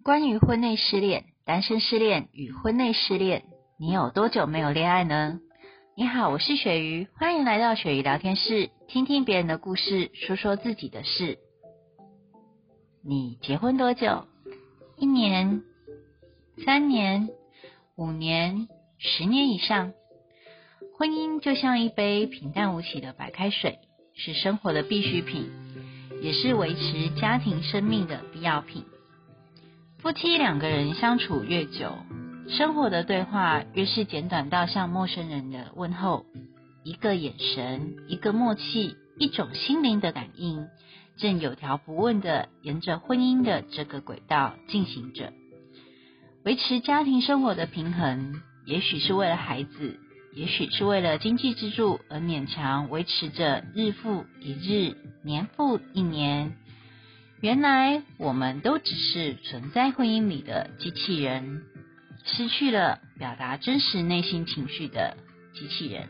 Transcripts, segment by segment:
关于婚内失恋、单身失恋与婚内失恋，你有多久没有恋爱呢？你好，我是雪鱼，欢迎来到雪鱼聊天室，听听别人的故事，说说自己的事。你结婚多久？1年、3年、5年、10年以上？婚姻就像一杯平淡无奇的白开水，是生活的必需品，也是维持家庭生命的必要品。夫妻2个人相处越久，生活的对话越是简短到像陌生人的问候，一个眼神，一个默契，一种心灵的感应，正有条不紊地沿着婚姻的这个轨道进行着。维持家庭生活的平衡，也许是为了孩子，也许是为了经济支柱而勉强维持着日复一日，年复一年。原来我们都只是存在婚姻里的机器人，失去了表达真实内心情绪的机器人。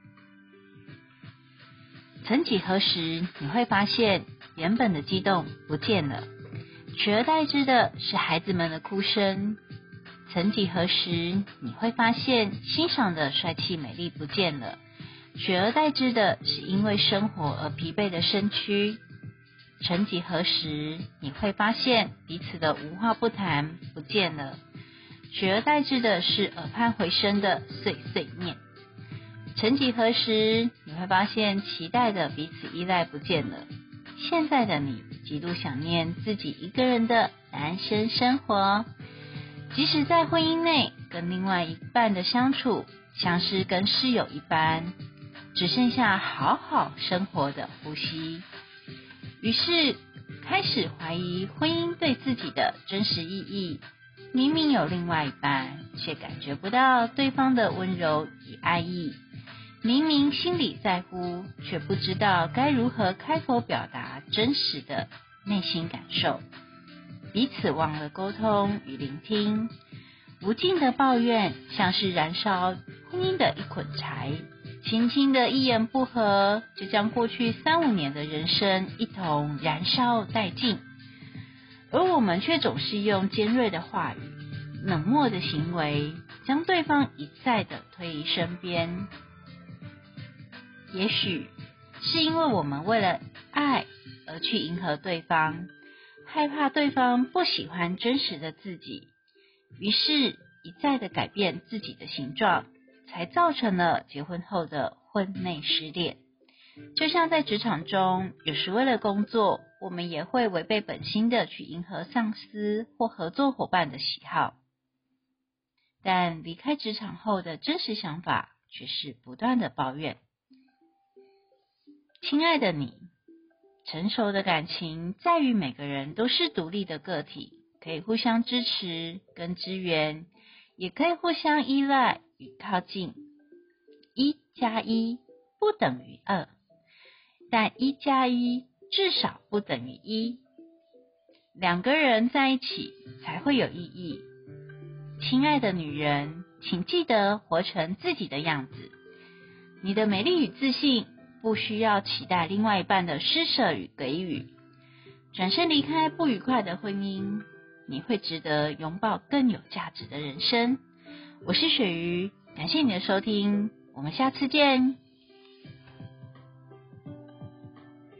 曾几何时，你会发现原本的激动不见了，取而代之的是孩子们的哭声。曾几何时，你会发现欣赏的帅气美丽不见了，取而代之的是因为生活而疲惫的身躯。曾几何时，你会发现彼此的无话不谈不见了，取而代之的是耳畔回声的碎碎念。曾几何时，你会发现期待的彼此依赖不见了，现在的你极度想念自己一个人的单身生活。即使在婚姻内跟另外一半的相处像是跟室友一般，只剩下好好生活的呼吸。于是开始怀疑婚姻对自己的真实意义，明明有另外一半，却感觉不到对方的温柔与爱意，明明心里在乎，却不知道该如何开口表达真实的内心感受，彼此忘了沟通与聆听，无尽的抱怨像是燃烧婚姻的一捆柴，轻轻的一言不合，就将过去3-5年的人生一同燃烧殆尽。而我们却总是用尖锐的话语、冷漠的行为，将对方一再的推离身边。也许是因为我们为了爱而去迎合对方，害怕对方不喜欢真实的自己，于是一再的改变自己的形状，才造成了结婚后的婚内失恋。就像在职场中，有时为了工作，我们也会违背本心的去迎合上司或合作伙伴的喜好，但离开职场后的真实想法却是不断的抱怨。亲爱的你，成熟的感情在于每个人都是独立的个体，可以互相支持跟支援，也可以互相依赖与靠近。1+1不等于2，但1+1至少不等于1。2个人在一起才会有意义。亲爱的女人，请记得活成自己的样子。你的美丽与自信不需要期待另外一半的施舍与给予。转身离开不愉快的婚姻，你会值得拥抱更有价值的人生。我是雪鱼，感谢你的收听，我们下次见。